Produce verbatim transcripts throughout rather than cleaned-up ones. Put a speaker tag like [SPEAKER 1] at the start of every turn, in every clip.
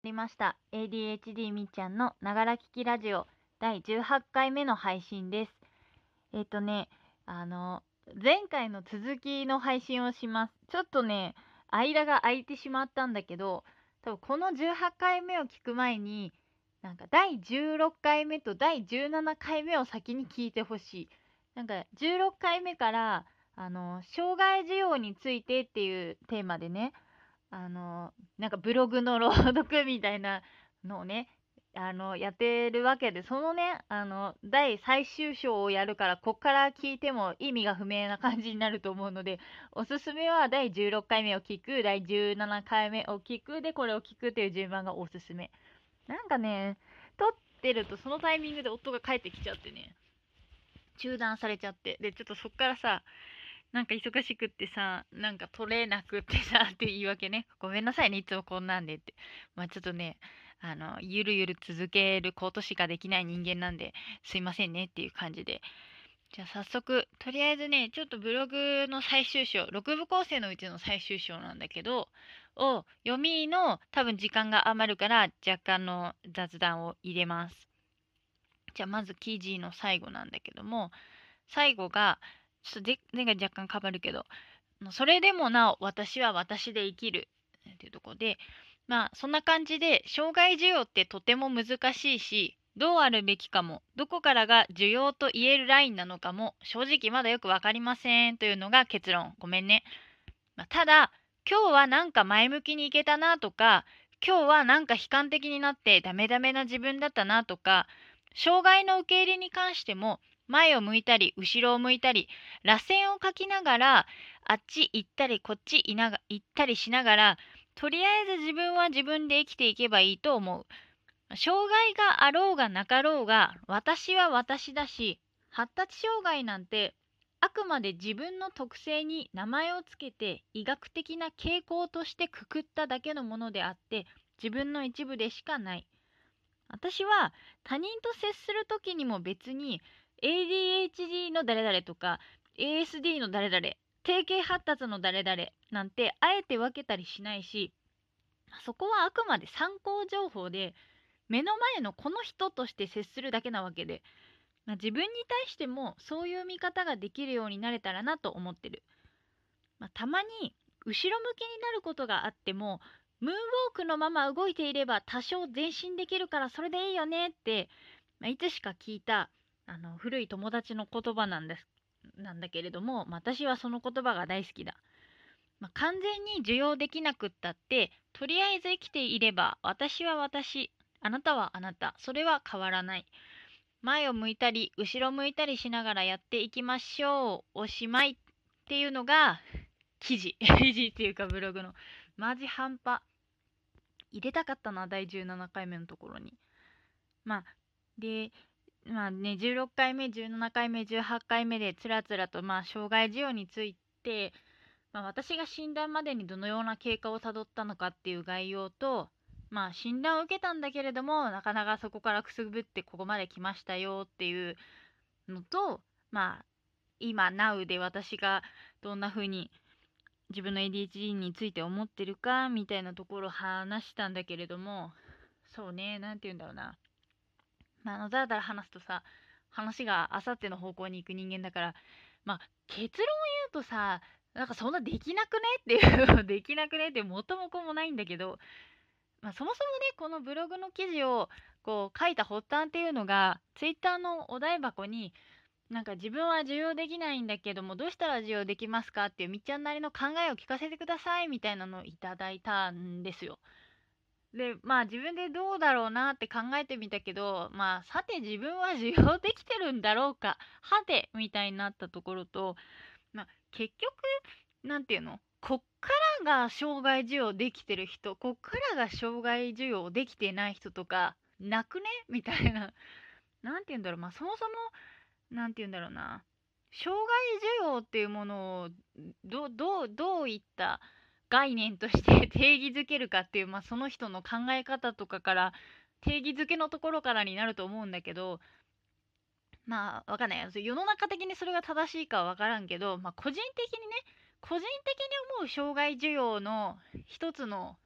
[SPEAKER 1] りました エーディーエイチディー みっちゃんのながら聞きラジオだいじゅうはちかいめの配信です。えっ、とねあの前回の続きの配信をします。ちょっとね間が空いてしまったんだけど、多分このじゅうはちかいめを聞く前になんかだいじゅうろっかいめとだいじゅうななかいめを先に聞いてほしい。なんかじゅうろっかいめからあの障害需要についてっていうテーマでね、あのなんかブログの朗読みたいなのをねあのやってるわけで、そのねあの第最終章をやるから、こっから聞いても意味が不明な感じになると思うので、おすすめはだいじゅうろっかいめを聞く、だいじゅうななかいめを聞くでこれを聞くっていう順番がおすすめ。なんかね撮ってるとそのタイミングで夫が帰ってきちゃってね、中断されちゃって、でちょっとそっからさ、なんか忙しくってさ、なんか取れなくってさって言い訳ね。ごめんなさいね、いつもこんなんでって。まあちょっとね、あの、ゆるゆる続けることしかできない人間なんで、すいませんねっていう感じで。じゃあ早速、とりあえずね、ちょっとブログの最終章、ろくぶ構成のうちの最終章なんだけど、を読みの多分時間が余るから若干の雑談を入れます。じゃあまず記事の最後なんだけども、最後が、ちょっと前回若干かぶるけど、それでもなお私は私で生きるっていうところで、まあそんな感じで、障害需要ってとても難しいし、どうあるべきかも、どこからが需要と言えるラインなのかも正直まだよく分かりませんというのが結論。ごめんね。まあ、ただ今日はなんか前向きにいけたなとか、今日はなんか悲観的になってダメダメな自分だったなとか、障害の受け入れに関しても前を向いたり後ろを向いたり、螺旋を描きながらあっち行ったりこっちいなが行ったりしながら、とりあえず自分は自分で生きていけばいいと思う。障害があろうがなかろうが私は私だし、発達障害なんてあくまで自分の特性に名前をつけて医学的な傾向としてくくっただけのものであって、自分の一部でしかない。私は他人と接する時にも別に エーディーエイチディー の誰々とか エーエスディー の誰々、定型発達の誰々なんてあえて分けたりしないし、そこはあくまで参考情報で目の前のこの人として接するだけなわけで、まあ、自分に対してもそういう見方ができるようになれたらなと思ってる。まあ、たまに後ろ向きになることがあっても、ムーンウォークのまま動いていれば多少前進できるからそれでいいよねって、まあ、いつしか聞いたあの古い友達の言葉なんですなんだけれども、まあ、私はその言葉が大好きだ。まあ、完全に受容できなくったって、とりあえず生きていれば私は私、あなたはあなた、それは変わらない。前を向いたり後ろ向いたりしながらやっていきましょう、おしまいっていうのが記事記事っていうかブログのマジ半端。入れたかったな、だいじゅうななかいめのところに。まあでまあね、じゅうろっかいめじゅうななかいめじゅうはちかいめでつらつらとまあ障害需要について、まあ、私が診断までにどのような経過をたどったのかっていう概要と、まあ診断を受けたんだけれどもなかなかそこからくすぶってここまで来ましたよっていうのと、まあ今 Now で私がどんな風に自分の エーディーエイチディー について思ってるかみたいなところを話したんだけれども、そうね、なんて言うんだろうな、まあ、あのだらだら話すとさ、話があさっての方向に行く人間だから、まあ結論言うとさ、なんかそんなできなくねっていうできなくねって元も子もないんだけど、まあ、そもそもねこのブログの記事をこう書いた発端っていうのが、ツイッターのお題箱になんか自分は受容できないんだけどもどうしたら受容できますかっていうみっちゃんなりの考えを聞かせてくださいみたいなのをいただいたんですよ。でまあ自分でどうだろうなって考えてみたけど、まあさて自分は受容できてるんだろうかはてみたいになったところと、まあ結局なんていうの、こっからが障害授与できてる人、こっからが障害授与できてない人とかなくねみたいな。なんていうんだろう、まあそもそもなんていうんだろうな、障害需要っていうものをどどうどういった概念として定義づけるかっていう、まあ、その人の考え方とかから定義づけのところからになると思うんだけど、まあわかんない、世の中的にそれが正しいかはわからんけど、まあ、個人的にね個人的に思う障害需要の一つの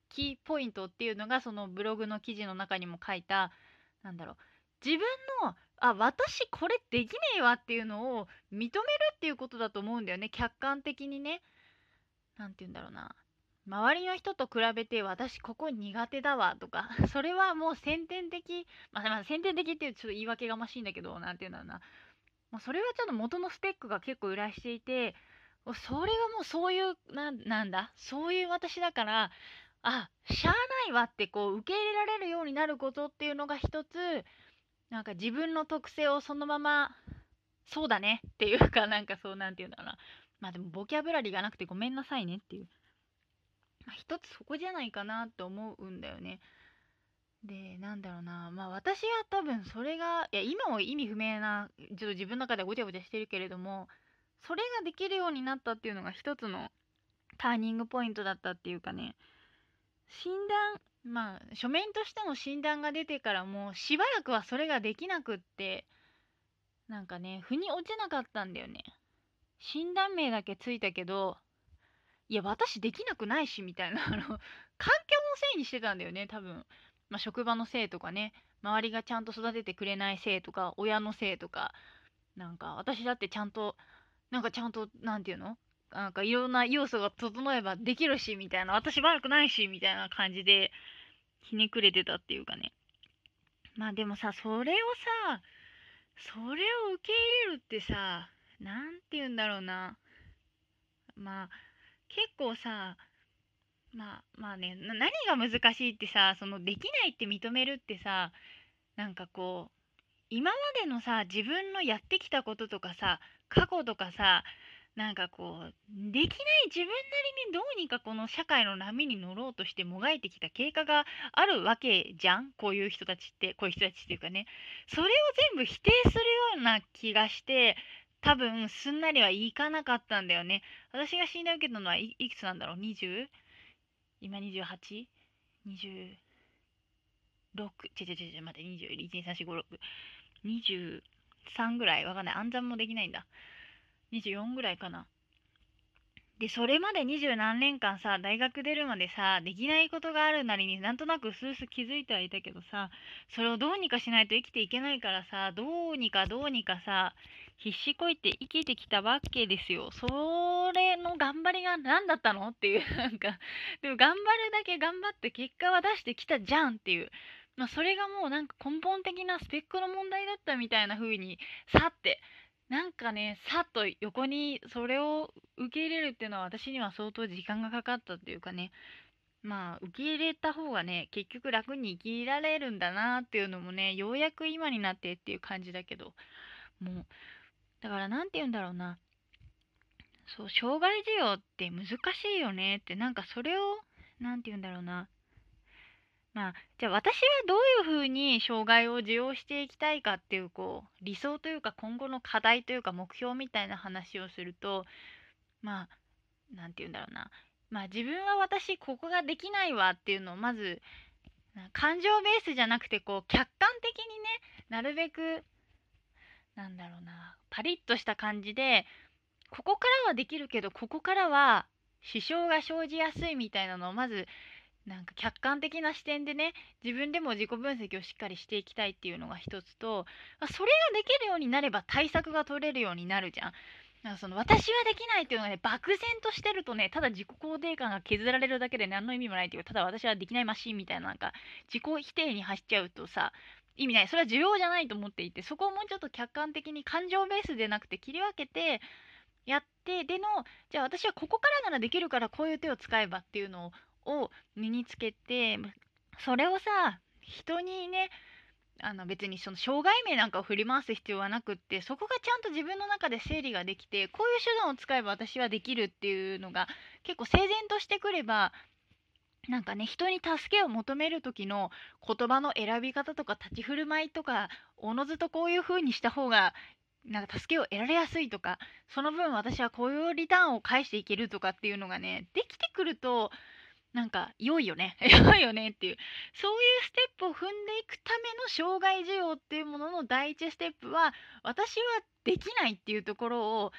[SPEAKER 1] キーポイントっていうのがそのブログの記事の中にも書いた、なんだろう、自分のあ私これできねえわっていうのを認めるっていうことだと思うんだよね、客観的にね。なんて言うんだろうな、周りの人と比べて私ここ苦手だわとかそれはもう先天的、まあ、まあ先天的っていうちょっと言い訳がましいんだけど、なんて言うんだろうな、まあ、それはちょっと元のスペックが結構裏していて、それはもうそういうな、なんだそういう私だから、あしゃあないわってこう受け入れられるようになることっていうのが一つ、なんか自分の特性をそのままそうだねっていうか、なんかそうなんて言うんだろうな、まあでもボキャブラリーがなくてごめんなさいねっていう、まあ、一つそこじゃないかなって思うんだよね。で、なんだろうな、まあ私は多分それが、いや今も意味不明な、ちょっと自分の中でごちゃごちゃしてるけれども、それができるようになったっていうのが一つのターニングポイントだったっていうかね、診断、まあ書面としての診断が出てからもうしばらくはそれができなくって、なんかね、腑に落ちなかったんだよね。診断名だけついたけど、いや、私できなくないし、みたいな、あの、環境のせいにしてたんだよね、多分。まあ、職場のせいとかね、周りがちゃんと育ててくれないせいとか、親のせいとか、なんか、私だってちゃんと、なんかちゃんと、なんていうのなんかいろんな要素が整えばできるし、みたいな、私悪くないし、みたいな感じで、ひねくれてたっていうかね。まあでもさ、それをさ、それを受け入れるってさ、なんて言うんだろうな。まあ、結構さ、まあまあね、な何が難しいってさ、そのできないって認めるってさ、なんかこう、今までのさ、自分のやってきたこととかさ、過去とかさ、なんかこう、できない自分なりにどうにかこの社会の波に乗ろうとしてもがいてきた経過があるわけじゃん、こういう人たちって、こういう人たちっていうかね、それを全部否定するような気がして、多分すんなりはいかなかったんだよね。私が診断受けたのはいいくつなんだろう？ にじゅう？ 今 にじゅうはち？ にじゅうろく、ちょちょちょちょ、待って、にじゅういち、に、さん、よん、ご、ろく、にじゅうさんぐらいわかんない。暗算もできないんだ。にじゅうよんぐらいかな。で、それまでにじゅう何年間さ、大学出るまでさ、できないことがあるなりになんとなくスース気づいてはいたけどさ、それをどうにかしないと生きていけないからさ、どうにかどうにかさ、必死こいて生きてきたわけですよ。それの頑張りが何だったのっていう、なんか、でも頑張るだけ頑張って結果は出してきたじゃんっていう。まあ、それがもうなんか根本的なスペックの問題だったみたいな風に、さってなんかね、さっと横にそれを受け入れるっていうのは私には相当時間がかかったっていうかね、まあ受け入れた方がね、結局楽に生きられるんだなっていうのもね、ようやく今になってっていう感じだけど、もう、だからなんて言うんだろうな、そう、障害児用って難しいよねって、なんかそれを、なんて言うんだろうな、まあ、じゃあ私はどういうふうに障害を受容していきたいかっていう、こう、理想というか今後の課題というか目標みたいな話をすると、まあ、なんて言うんだろうな。まあ自分は私ここができないわっていうのをまず、感情ベースじゃなくてこう客観的にね、なるべく、なんだろうな、パリッとした感じで、ここからはできるけど、ここからは支障が生じやすいみたいなのをまず、なんか客観的な視点でね、自分でも自己分析をしっかりしていきたいっていうのが一つと、それができるようになれば対策が取れるようになるじゃん。なんかその私はできないっていうのがね、漠然としてるとね、ただ自己肯定感が削られるだけで何の意味もないっていうか、ただ私はできないマシーンみたいな、なんか自己否定に走っちゃうとさ、意味ない。それは需要じゃないと思っていて、そこをもうちょっと客観的に感情ベースでなくて切り分けてやって、での、じゃあ私はここからならできるからこういう手を使えばっていうのを身につけて、それをさ、人にね、あの別にその障害名なんかを振り回す必要はなくって、そこがちゃんと自分の中で整理ができて、こういう手段を使えば私はできるっていうのが結構整然としてくれば、なんかね、人に助けを求める時の言葉の選び方とか立ち振る舞いとか、おのずとこういう風にした方がなんか助けを得られやすいとか、その分私はこういうリターンを返していけるとかっていうのがね、できてくると、なんか良いよね良いよねっていう、そういうステップを踏んでいくための障害需要っていうものの第一ステップは、私はできないっていうところを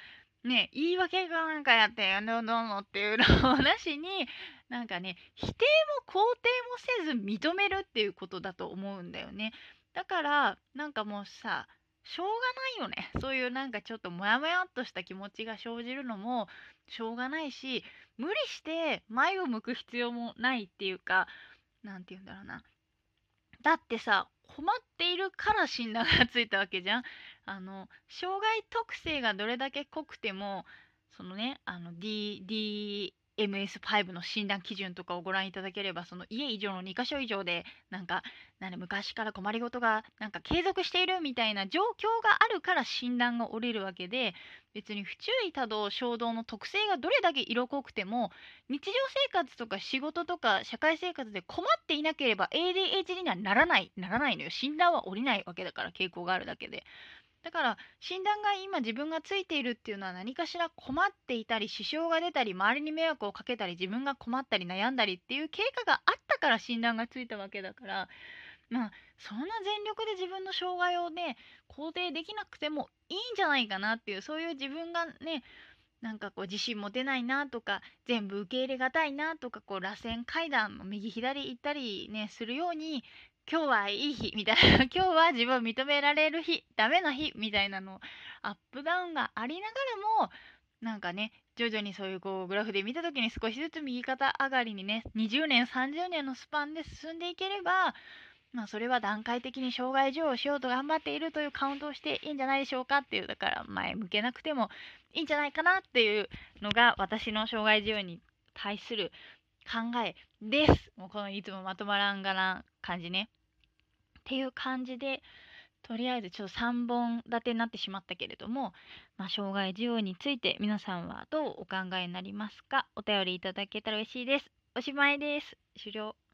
[SPEAKER 1] ね、言い訳がなんかやってどうのどうのっていうのをなしに、なんかね、否定も肯定もせず認めるっていうことだと思うんだよね。だからなんかもうさ、しょうがないよね。そういうなんかちょっとモヤモヤっとした気持ちが生じるのもしょうがないし、無理して前を向く必要もないっていうか、なんて言うんだろうな。だってさ、困っているから診断がついたわけじゃん。あの障害特性がどれだけ濃くても、そのね、あの D、ディーエムエスファイブ の診断基準とかをご覧いただければ、その家以上のに箇所以上でなんか、なんで昔から困りごとがなんか継続しているみたいな状況があるから診断が下りるわけで、別に不注意多動衝動の特性がどれだけ色濃くても、日常生活とか仕事とか社会生活で困っていなければ エーディーエイチディー にはならない、ならないのよ。診断は下りないわけだから、傾向があるだけで。だから診断が今自分がついているっていうのは、何かしら困っていたり支障が出たり周りに迷惑をかけたり自分が困ったり悩んだりっていう経過があったから診断がついたわけだから、まあそんな全力で自分の障害をね肯定できなくてもいいんじゃないかなっていう、そういう自分がね、なんかこう自信持てないなとか全部受け入れがたいなとか、こう螺旋階段の右左行ったりねするように、今日はいい日みたいな今日は自分を認められる日、ダメな日みたいなのアップダウンがありながらも、なんかね徐々にそういうこうグラフで見た時に少しずつ右肩上がりにね、にじゅうねんさんじゅうねんのスパンで進んでいければ、まあそれは段階的に障害上をしようと頑張っているというカウントをしていいんじゃないでしょうかっていう、だから前向けなくてもいいんじゃないかなっていうのが私の障害授与に対する考えです。もうこのいつもまとまらんがな感じね。っていう感じで、とりあえずちょっとさんぼん立てになってしまったけれども、まあ、障害授与について皆さんはどうお考えになりますか？お便りいただけたら嬉しいです。おしまいです。終了。